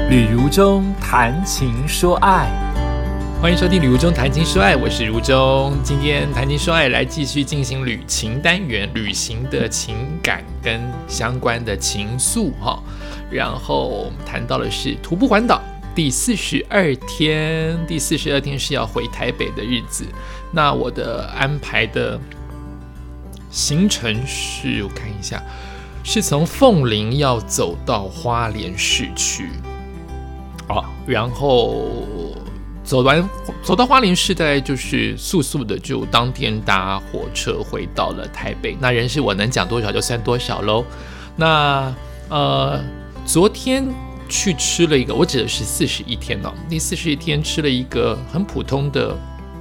旅如中谈情说爱， 欢迎收听旅如中谈情说爱，我是如中。今天谈情说爱来继续进行旅情单元，旅行的情感跟相关的情愫哈。然后我们谈到的是徒步环岛第42天，第42天是要回台北的日子。那我的安排的行程是，我看一下，是从凤林要走到花莲市区。然后走到花莲市，大概就是速速的就当天搭火车回到了台北。那人是我能讲多少就算多少咯。那昨天去吃了一个，我指的是41天哦，第41天吃了一个很普通的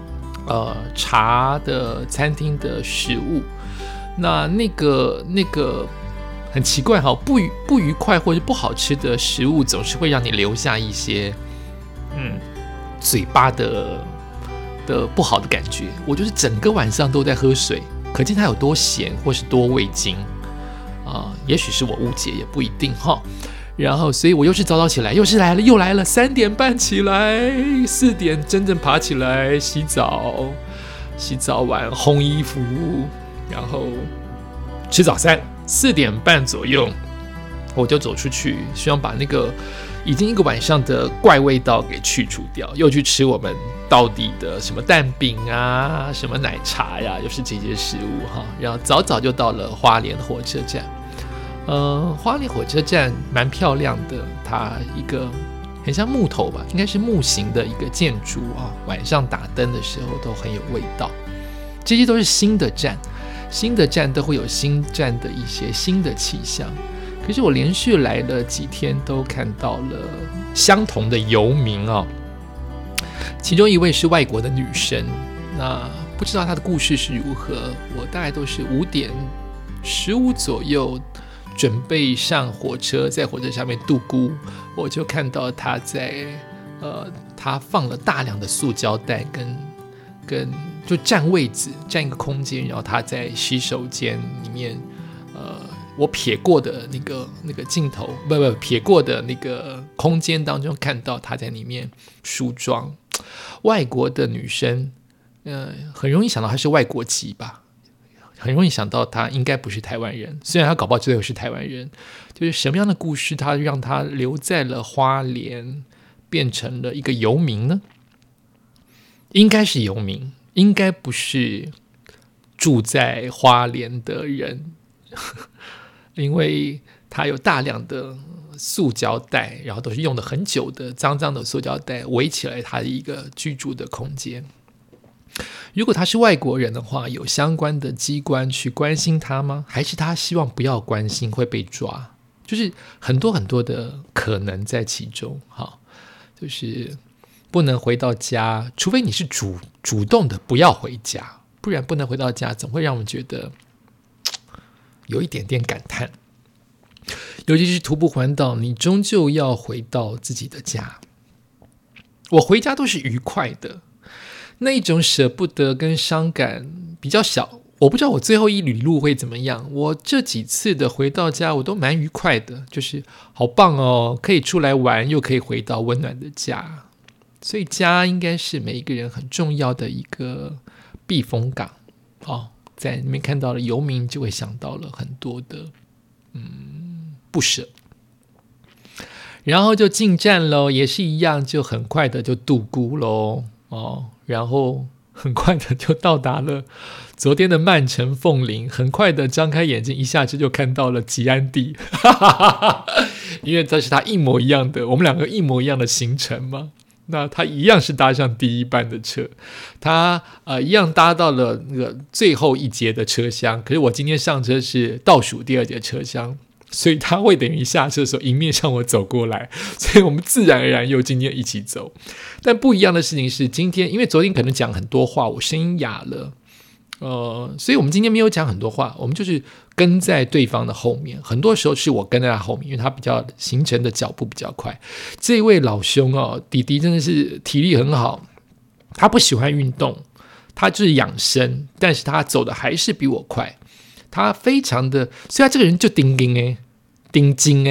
茶的餐厅的食物。那个很奇怪哈，不愉快或者不好吃的食物，总是会让你留下一些嘴巴的不好的感觉。我就是整个晚上都在喝水，可见它有多咸或是多味精也许是我误解，也不一定哈。然后所以我又是早起来，又来了，3点半起来，4点真正爬起来洗澡完烘衣服，然后吃早餐。4点半左右我就走出去，希望把那个已经一个晚上的怪味道给去除掉，又去吃我们道地的什么蛋饼啊，什么奶茶呀，又是这些食物哈。然后早就到了花莲火车站。花莲火车站蛮漂亮的，它一个很像木头吧，应该是木型的一个建筑晚上打灯的时候都很有味道。这些都是新的站都会有新站的一些新的气象。可是我连续来了几天都看到了相同的游民其中一位是外国的女生，那不知道她的故事是如何。我大概都是5点15左右准备上火车，在火车上面度孤，我就看到她在她放了大量的塑胶袋跟就占位置，占一个空间，然后他在洗手间里面，我瞥过的那个镜头，不瞥过的那个空间当中，看到他在里面梳妆。外国的女生，很容易想到她是外国籍吧，很容易想到她应该不是台湾人，虽然她搞不好最后是台湾人。就是什么样的故事，她让她留在了花莲，变成了一个游民呢？应该是游民。应该不是住在花莲的人，因为它有大量的塑胶袋，然后都是用的很久的脏脏的塑胶袋围起来它的一个居住的空间。如果他是外国人的话，有相关的机关去关心他吗？还是他希望不要关心会被抓？就是很多很多的可能在其中就是不能回到家，除非你是主动的不要回家，不然不能回到家，总会让我们觉得有一点点感叹。尤其是徒步环岛，你终究要回到自己的家。我回家都是愉快的，那一种舍不得跟伤感比较小。我不知道我最后一里路会怎么样，我这几次的回到家我都蛮愉快的，就是好棒哦，可以出来玩，又可以回到温暖的家。所以家应该是每一个人很重要的一个避风港在里面看到了游民，就会想到了很多的不舍。然后就进站咯，也是一样，就很快的就度孤咯然后很快的就到达了昨天的曼城凤林，很快的张开眼睛，一下子就看到了吉安地因为这是他一模一样的，我们两个一模一样的行程嘛。那他一样是搭上第一班的车，他一样搭到了那个最后一节的车厢，可是我今天上车是倒数第2节车厢，所以他会等于下车的时候迎面向我走过来，所以我们自然而然又今天一起走。但不一样的事情是，今天因为昨天可能讲很多话，我声音哑了，所以我们今天没有讲很多话，我们就是跟在对方的后面。很多时候是我跟在他后面，因为他比较行程的脚步比较快。这位老兄弟弟真的是体力很好，他不喜欢运动，他就是养生，但是他走的还是比我快。他非常的，所以他这个人就丁金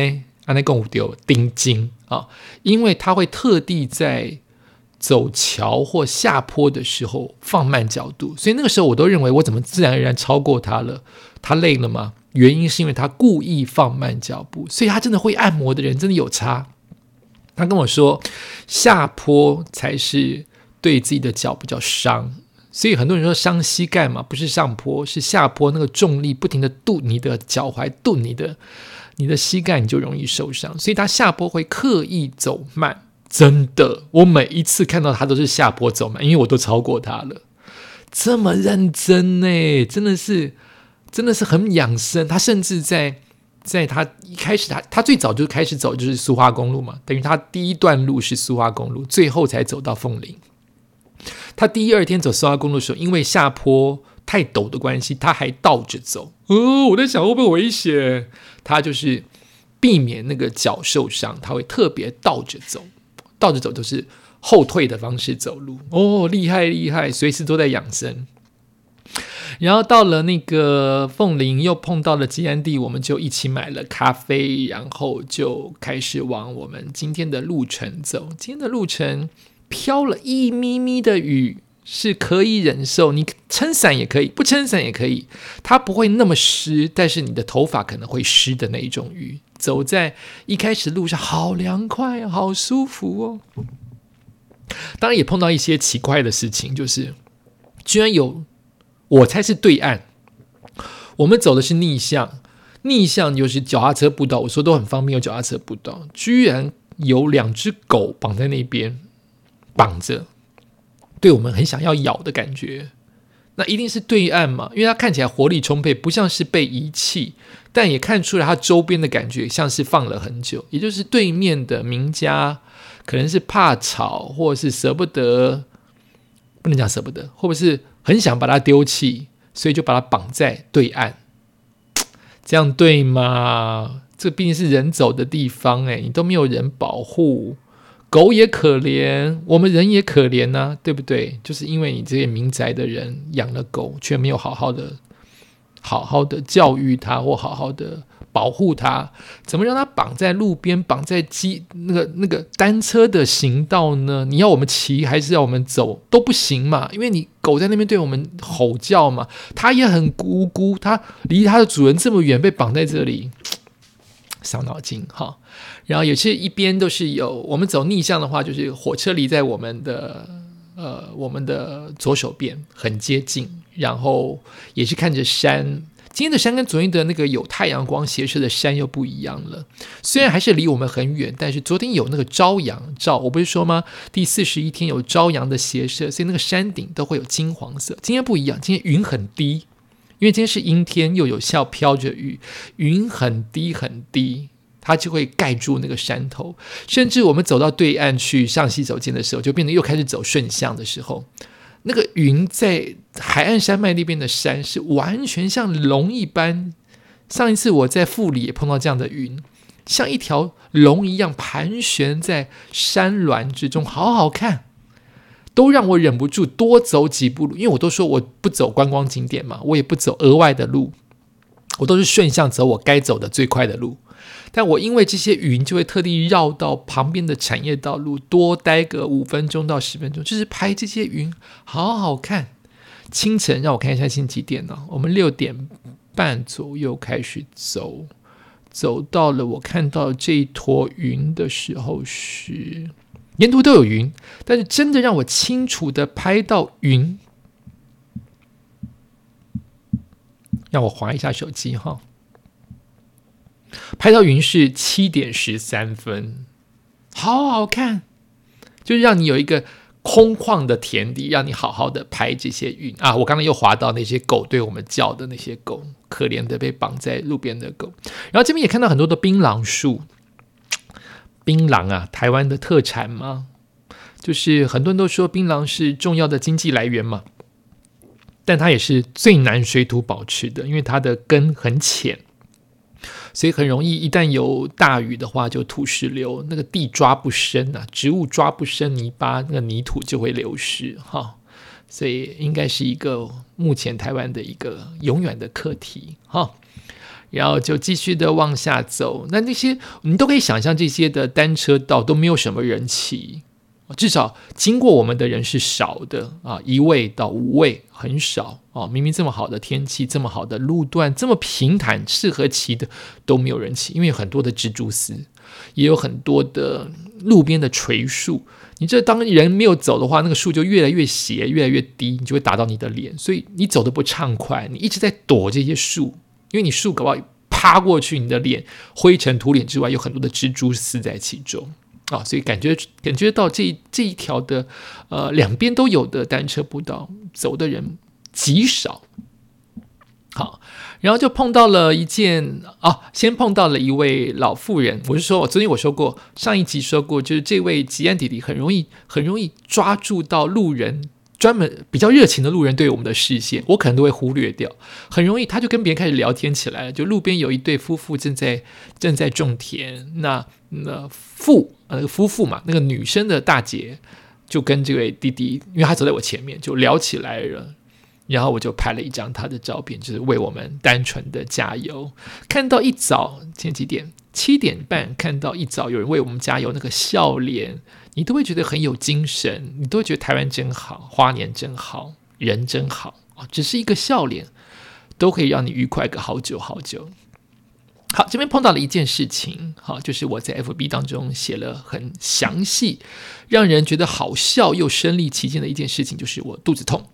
那共丢丁金啊，因为它会特地在走桥或下坡的时候放慢角度，所以那个时候我都认为我怎么自然而然超过他了？他累了吗？原因是因为他故意放慢脚步，所以他真的会按摩的人真的有差。他跟我说，下坡才是对自己的脚比较伤，所以很多人说伤膝盖嘛，不是上坡，是下坡那个重力不停的顿你的脚踝，顿你的膝盖，你就容易受伤。所以他下坡会刻意走慢，真的，我每一次看到他都是下坡走慢，因为我都超过他了。这么认真耶，真的是很养生。他甚至在他一开始他最早就开始走就是苏花公路嘛，等于他第一段路是苏花公路，最后才走到凤林。他第二天走苏花公路的时候，因为下坡太陡的关系，他还倒着走。我在想会不会危险？他就是避免那个脚受伤，他会特别倒着走。倒着走就是后退的方式走路。厉害厉害，随时都在养生。然后到了那个凤林，又碰到了吉安地，我们就一起买了咖啡，然后就开始往我们今天的路程走。今天的路程飘了一咪咪的雨，是可以忍受，你撑伞也可以，不撑伞也可以，它不会那么湿，但是你的头发可能会湿的那一种雨。走在一开始路上好凉快，好舒服哦。当然也碰到一些奇怪的事情，就是居然有，我猜是对岸，我们走的是逆向，逆向就是脚踏车步道，我说都很方便有脚踏车步道，居然有2只狗绑在那边，绑着，对我们很想要咬的感觉。那一定是对岸嘛，因为它看起来活力充沛，不像是被遗弃，但也看出来它周边的感觉像是放了很久，也就是对面的民家可能是怕吵，或者是舍不得，不能讲舍不得，或者是很想把它丢弃，所以就把它绑在对岸。这样对吗？这毕竟是人走的地方，你都没有人保护，狗也可怜，我们人也可怜啊，对不对？就是因为你这些民宅的人养了狗，却没有好好的教育它，或好好的保护它，怎么让它绑在路边，绑在那个单车的行道呢？你要我们骑还是要我们走都不行嘛，因为你狗在那边对我们吼叫嘛，它也很无辜，它离它的主人这么远，被绑在这里，伤脑筋哈。然后也是一边都是有，我们走逆向的话，就是火车离在我们的左手边很接近，然后也是看着山。今天的山跟昨天的那个有太阳光斜射的山又不一样了，虽然还是离我们很远，但是昨天有那个朝阳照，我不是说吗？第41天有朝阳的斜射，所以那个山顶都会有金黄色。今天不一样，今天云很低，因为今天是阴天，又有笑飘着雨，云很低很低，它就会盖住那个山头。甚至我们走到对岸去上洗手间的时候，就变得又开始走顺向的时候，那个云在海岸山脉那边的山是完全像龙一般。上一次我在富里也碰到这样的云，像一条龙一样盘旋在山峦之中，好好看，都让我忍不住多走几步路。因为我都说我不走观光景点嘛，我也不走额外的路，我都是顺向走我该走的最快的路。但我因为这些云，就会特地绕到旁边的产业道路，多待个5分钟到10分钟，就是拍这些云，好好看。清晨让我看一下现在几点呢？我们6点半左右开始走，走到了我看到这一坨云的时候是沿途都有云，但是真的让我清楚的拍到云，让我滑一下手机哈。拍到云是7点13分，好好看，就是让你有一个空旷的田地，让你好好的拍这些云啊！我刚刚又滑到那些狗对我们叫的那些狗，可怜的被绑在路边的狗。然后这边也看到很多的槟榔树，槟榔啊，台湾的特产嘛，就是很多人都说槟榔是重要的经济来源嘛，但它也是最难水土保持的，因为它的根很浅。所以很容易一旦有大雨的话就土石流，那个地抓不深啊，植物抓不深泥巴，那个泥土就会流失哈。所以应该是一个目前台湾的一个永远的课题哈。 然后就继续的往下走。那些你都可以想象，这些的单车道都没有什么人骑，至少经过我们的人是少的啊，1位到5位很少啊。明明这么好的天气，这么好的路段，这么平坦适合骑的都没有人骑，因为有很多的蜘蛛丝，也有很多的路边的垂树。你这当人没有走的话，那个树就越来越斜，越来越低，你就会打到你的脸，所以你走得不畅快，你一直在躲这些树，因为你树搞不好趴过去，你的脸灰尘土脸之外，有很多的蜘蛛丝在其中啊，所以感觉到这一条的两边都有的单车步道，走的人极少。好，然后就碰到了先碰到了一位老妇人。我昨天我说过，上一集说过，就是这位吉安弟弟很容易抓住到路人，专门比较热情的路人对我们的视线，我可能都会忽略掉。很容易他就跟别人开始聊天起来了，就路边有一对夫妇正在种田，那夫妇嘛，那个女生的大姐就跟这位弟弟，因为他走在我前面，就聊起来了。然后我就拍了一张他的照片，就是为我们单纯的加油。看到一早前几点7点半，看到一早有人为我们加油，那个笑脸你都会觉得很有精神，你都会觉得台湾真好，花莲真好，人真好，只是一个笑脸都可以让你愉快个好久好久。好，这边碰到了一件事情，就是我在 FB 当中写了很详细，让人觉得好笑又身临其境的一件事情，就是我肚子痛。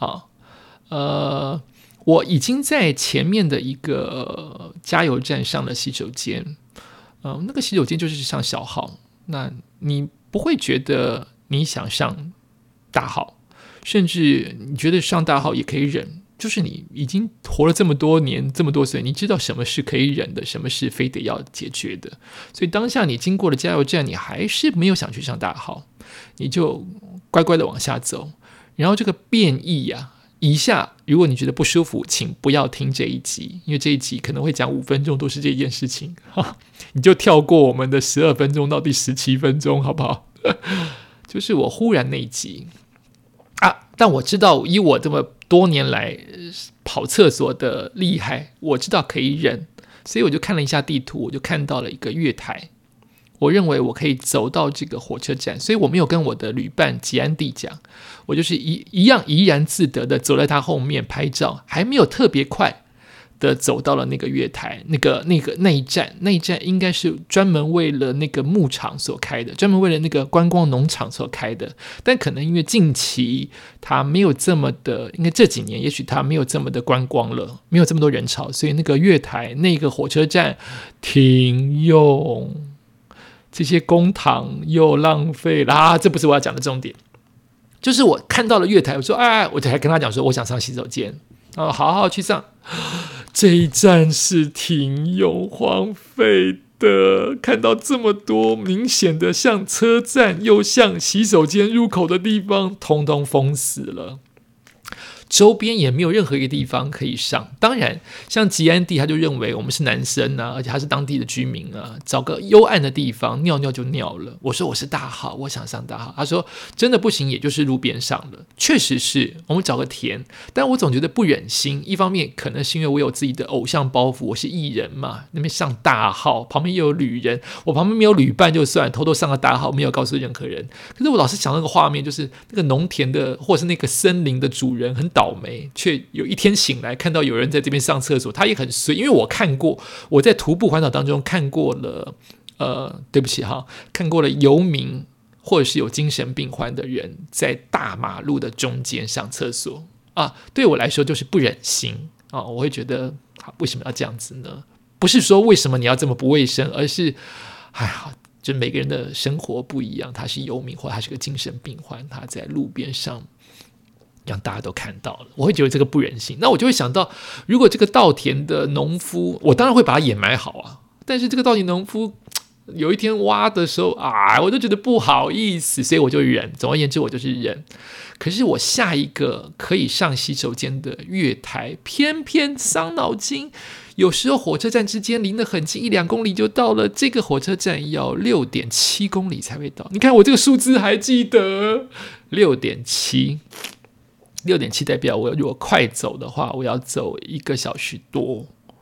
我已经在前面的一个加油站上了洗手间，那个洗手间就是上小号，那你不会觉得你想上大号，甚至你觉得上大号也可以忍，就是你已经活了这么多年这么多岁，你知道什么是可以忍的，什么是非得要解决的，所以当下你经过了加油站，你还是没有想去上大号，你就乖乖的往下走。然后这个变异以下如果你觉得不舒服，请不要听这一集，因为这一集可能会讲5分钟都是这件事情，你就跳过我们的12分钟到第17分钟好不好？就是我忽然那一集但我知道以我这么多年来跑厕所的厉害，我知道可以忍，所以我就看了一下地图，我就看到了一个月台，我认为我可以走到这个火车站，所以我没有跟我的旅伴吉安弟讲，我就是一样怡然自得的走在他后面拍照，还没有特别快的走到了那个月台，那一站应该是专门为了那个牧场所开的，专门为了那个观光农场所开的，但可能因为近期它没有这么的，应该这几年也许它没有这么的观光了，没有这么多人潮，所以那个月台那个火车站停用，这些公帑又浪费了这不是我要讲的重点。就是我看到了月台，我说我就还跟他讲说我想上洗手间，好去上。这一站是停用荒废的，看到这么多明显的像车站又像洗手间入口的地方通通封死了，周边也没有任何一个地方可以上。当然像吉安弟他就认为我们是男生而且他是当地的居民找个幽暗的地方尿尿就尿了。我说我是大号，我想上大号。他说真的不行，也就是路边上了。确实是我们找个田，但我总觉得不忍心，一方面可能是因为我有自己的偶像包袱，我是艺人嘛，那边上大号，旁边又有旅人，我旁边没有旅伴就算，偷偷上了大号没有告诉任何人。可是我老是想那个画面，就是那个农田的或是那个森林的主人很倒霉，却有一天醒来看到有人在这边上厕所，他也很衰，因为我看过，我在徒步环岛当中看过了，对不起看过了游民或者是有精神病患的人在大马路的中间上厕所对我来说就是不忍心我会觉得为什么要这样子呢？不是说为什么你要这么不卫生，而是就每个人的生活不一样，他是游民或他是个精神病患，他在路边上让大家都看到了，我会觉得这个不忍心。那我就会想到，如果这个稻田的农夫，我当然会把它掩埋好但是这个稻田农夫有一天挖的时候我就觉得不好意思，所以我就忍。总而言之，我就是忍。可是我下一个可以上洗手间的月台，偏偏伤脑筋。有时候火车站之间离得很近，1-2公里就到了，这个火车站要6.7公里才会到。你看我这个数字还记得，6.7代表我如果快走的话，我要走1个小时多，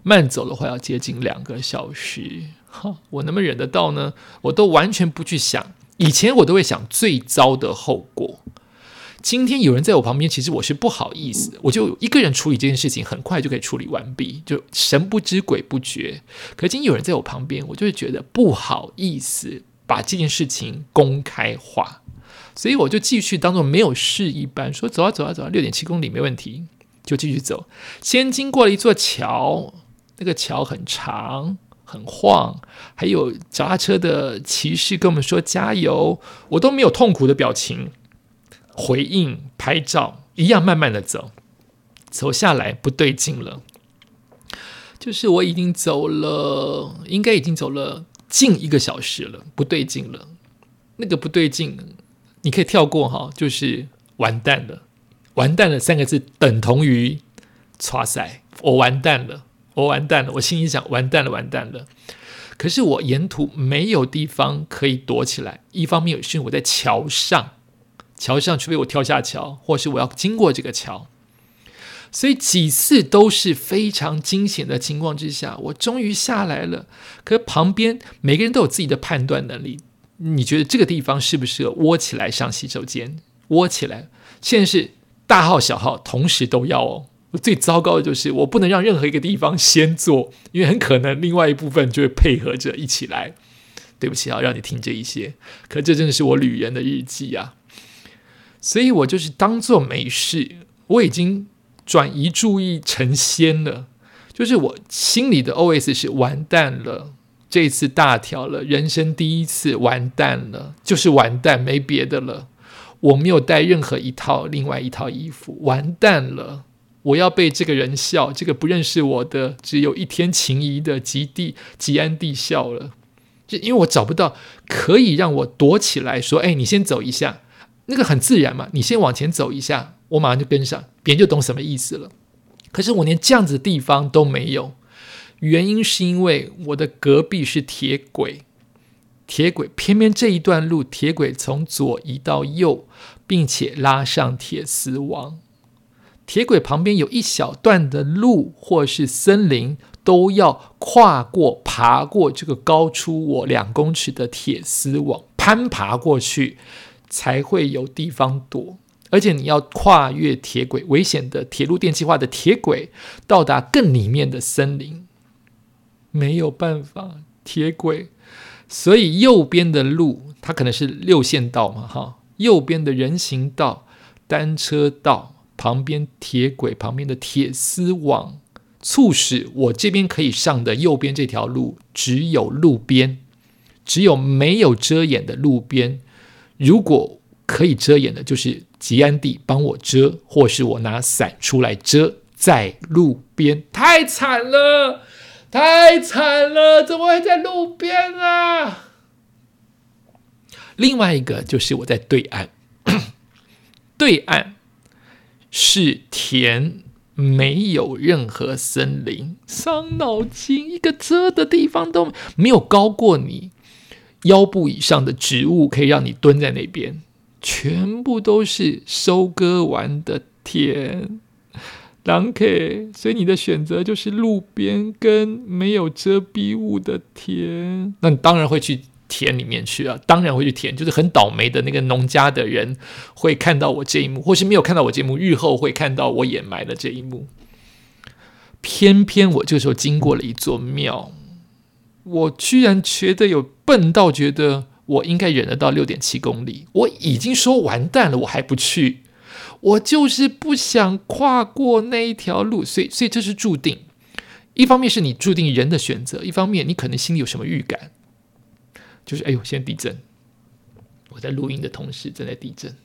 慢走的话要接近2个小时。我能不能忍得到呢？我都完全不去想，以前我都会想最糟的后果。今天有人在我旁边，其实我是不好意思的，我就一个人处理这件事情，很快就可以处理完毕，就神不知鬼不觉。可是今天有人在我旁边，我就会觉得不好意思把这件事情公开化，所以我就继续当作没有事一般，说走啊走啊走啊，6.7公里没问题，就继续走。先经过了一座桥，那个桥很长很晃，还有脚踏车的骑士跟我们说加油，我都没有痛苦的表情回应拍照，一样慢慢的走。走下来不对劲了，就是我已经走了，应该已经走了近1个小时了，不对劲了。那个不对劲你可以跳过哈，就是完蛋了。完蛋了3个字等同于剉赛，我完蛋了，我完蛋了，我心里想完蛋了完蛋了。可是我沿途没有地方可以躲起来，一方面是我在桥上除非我跳下桥，或是我要经过这个桥，所以几次都是非常惊险的情况之下，我终于下来了。可是旁边每个人都有自己的判断能力，你觉得这个地方适不适合窝起来上洗手间？窝起来，现在是大号小号同时都要哦。最糟糕的就是我不能让任何一个地方先做，因为很可能另外一部分就会配合着一起来。对不起啊，让你听这一些，可这真的是我旅人的日记啊。所以我就是当作没事，我已经转移注意成仙了。就是我心里的 OS 是完蛋了，这一次大条了，人生第一次完蛋了，就是完蛋，没别的了。我没有带任何另外一套衣服，完蛋了，我要被这个人笑，这个不认识我的只有1天情谊的吉安地笑了。就因为我找不到可以让我躲起来说，你先走一下，那个很自然嘛，你先往前走一下，我马上就跟上，别人就懂什么意思了。可是我连这样子的地方都没有，原因是因为我的隔壁是铁轨，偏偏这一段路铁轨从左移到右，并且拉上铁丝网。铁轨旁边有一小段的路或是森林，都要爬过这个高出我2公尺的铁丝网，攀爬过去才会有地方躲。而且你要跨越铁轨，危险的铁路电气化的铁轨，到达更里面的森林，没有办法，铁轨。所以右边的路它可能是6线道嘛，右边的人行道、单车道旁边铁轨旁边的铁丝网，促使我这边可以上的右边这条路只有路边，只有没有遮掩的路边。如果可以遮掩的，就是吉安地帮我遮，或是我拿伞出来遮，在路边。太惨了，太惨了，怎么会在路边啊？另外一个就是我在对岸，对岸是田，没有任何森林，伤脑筋，一个遮的地方都没有，高过你腰部以上的植物可以让你蹲在那边，全部都是收割完的田。所以你的选择就是路边跟没有遮蔽物的田。那你当然会去田里面去啊，当然会去田，就是很倒霉的那个农家的人会看到我这一幕，或是没有看到我这一幕，日后会看到我掩埋的这一幕。偏偏我这个时候经过了一座庙，我居然觉得有笨到觉得我应该忍得到6.7公里，我已经说完蛋了，我还不去，我就是不想跨过那一条路。所以这是注定，一方面是你注定人的选择，一方面你可能心里有什么预感，就是现在地震，我在录音的同时正在地震。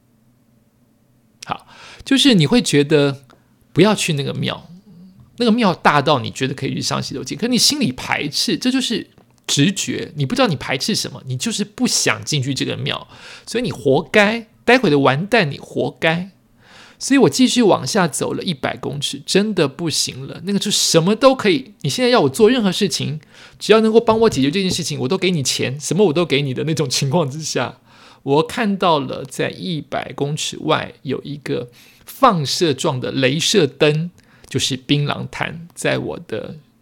好，就是你会觉得不要去那个庙，那个庙大到你觉得可以去上洗手间，可是你心里排斥，这就是直觉，你不知道你排斥什么，你就是不想进去这个庙，所以你活该，待会的完蛋你活该。所以我继续往下走了100公尺，真的不行了，那个就什么都可以，你现在要我做任何事情，只要能够帮我解决这件事情，我都给你钱，什么我都给你的那种情况之下，我看到了在100公尺外有一个放射状的雷射灯，就是槟榔摊，在我的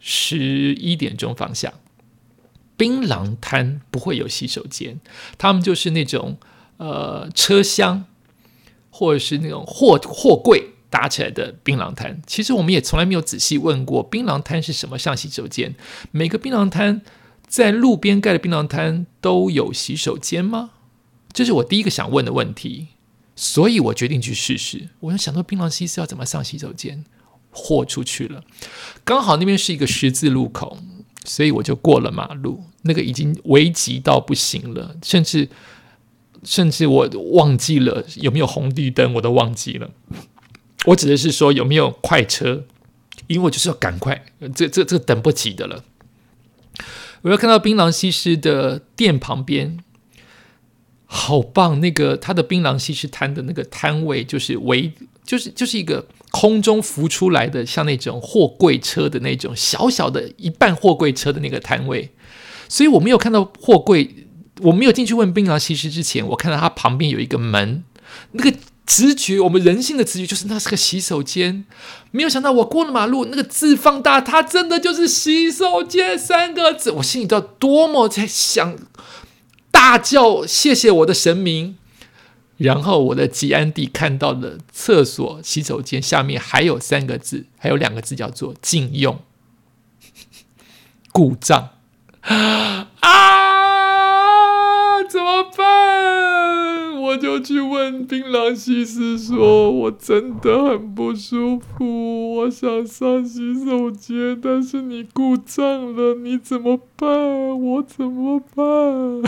11点钟方向，槟榔摊不会有洗手间，他们就是那种车厢或者是那种货柜搭起来的槟榔摊。其实我们也从来没有仔细问过槟榔摊是什么像洗手间。每个槟榔摊在路边盖的槟榔摊都有洗手间吗？这是我第一个想问的问题。所以我决定去试试。我想到槟榔西施要怎么上洗手间，豁出去了。刚好那边是一个十字路口，所以我就过了马路。那个已经危急到不行了，甚至我忘记了有没有红绿灯，我都忘记了。我指的是说有没有快车，因为我就是要赶快，这等不及的了。我要看到槟榔西施的店旁边，好棒！那个他的槟榔西施摊的那个摊位，就是一个空中浮出来的，像那种货柜车的那种小小的一半货柜车的那个摊位。所以我没有看到货柜，我没有进去问槟榔西施之前，我看到他旁边有一个门，那个直觉，我们人性的直觉就是那是个洗手间。没有想到我过了马路，那个字放大，它真的就是洗手间3个字。我心里到多么在想，大叫谢谢我的神明。然后我的吉安地看到了厕所洗手间下面还有3个字，还有2个字叫做禁用，故障啊！怎么办？我就去问槟榔西施说，我真的很不舒服，我想上洗手间，但是你故障了，你怎么办？我怎么办？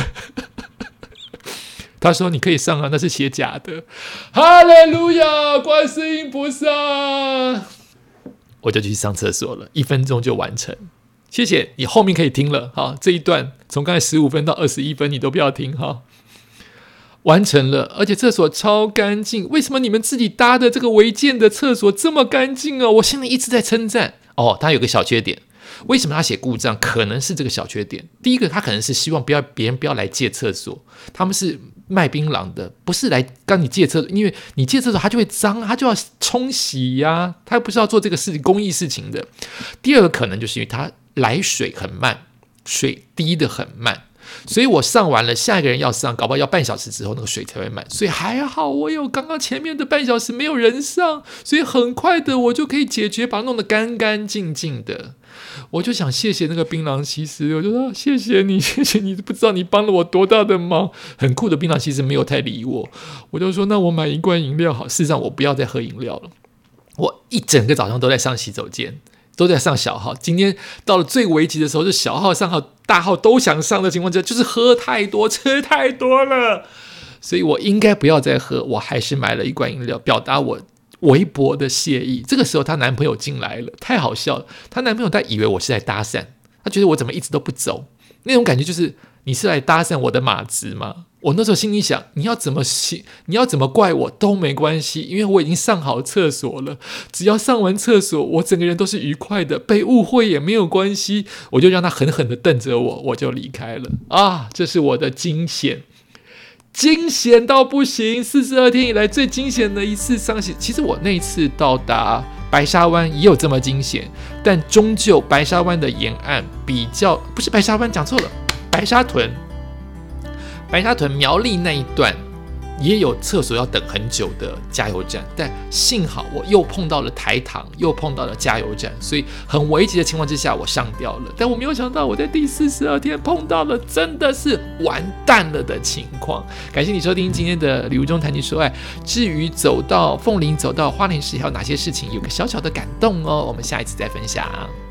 他说你可以上啊，那是写假的。哈利路亚，观世音菩萨。我就去上厕所了，1分钟就完成。谢谢你，后面可以听了哈，这一段从刚才15分到21分你都不要听哈。完成了，而且厕所超干净。为什么你们自己搭的这个违建的厕所这么干净啊？我现在一直在称赞哦，它有个小缺点。为什么他写故障？可能是这个小缺点。第一个，他可能是希望别人不要来借厕所，他们是卖槟榔的，不是来跟你借厕所，因为你借厕所他就会脏，他就要冲洗呀，他不是要做这个事情公益事情的。第二个可能就是因为他来水很慢，水滴得很慢，所以我上完了，下一个人要上，搞不好要半小时之后那个水才会满，所以还好我有刚刚前面的半小时没有人上，所以很快的我就可以解决，把它弄得干干净净的。我就想谢谢那个槟榔西施，我就说谢谢你，谢谢你，不知道你帮了我多大的忙。很酷的槟榔西施没有太理我，我就说那我买1罐饮料好。事实上我不要再喝饮料了，我一整个早上都在上洗手间，都在上小号。今天到了最危急的时候，是小号、上号、大号都想上的情况下，就是喝太多、吃太多了，所以我应该不要再喝。我还是买了1罐饮料，表达我微薄的谢意。这个时候她男朋友进来了，太好笑了。她男朋友他以为我是来搭讪，他觉得我怎么一直都不走，那种感觉就是你是来搭讪我的马子吗？我那时候心里想，你要怎么怪我都没关系，因为我已经上好厕所了，只要上完厕所我整个人都是愉快的，被误会也没有关系。我就让他狠狠的瞪着我，我就离开了啊！这是我的惊险到不行，42天以来最惊险的一次上洗。其实我那一次到达白沙湾也有这么惊险，但终究白沙湾的沿岸比较，不是白沙湾，讲错了，白沙屯苗栗那一段也有厕所要等很久的加油站，但幸好我又碰到了台糖，又碰到了加油站，所以很危急的情况之下我上吊了。但我没有想到我在第42天碰到了真的是完蛋了的情况。感谢你收听今天的礼物中谈情说爱。至于走到凤林走到花莲市还有哪些事情有个小小的感动哦，我们下一次再分享。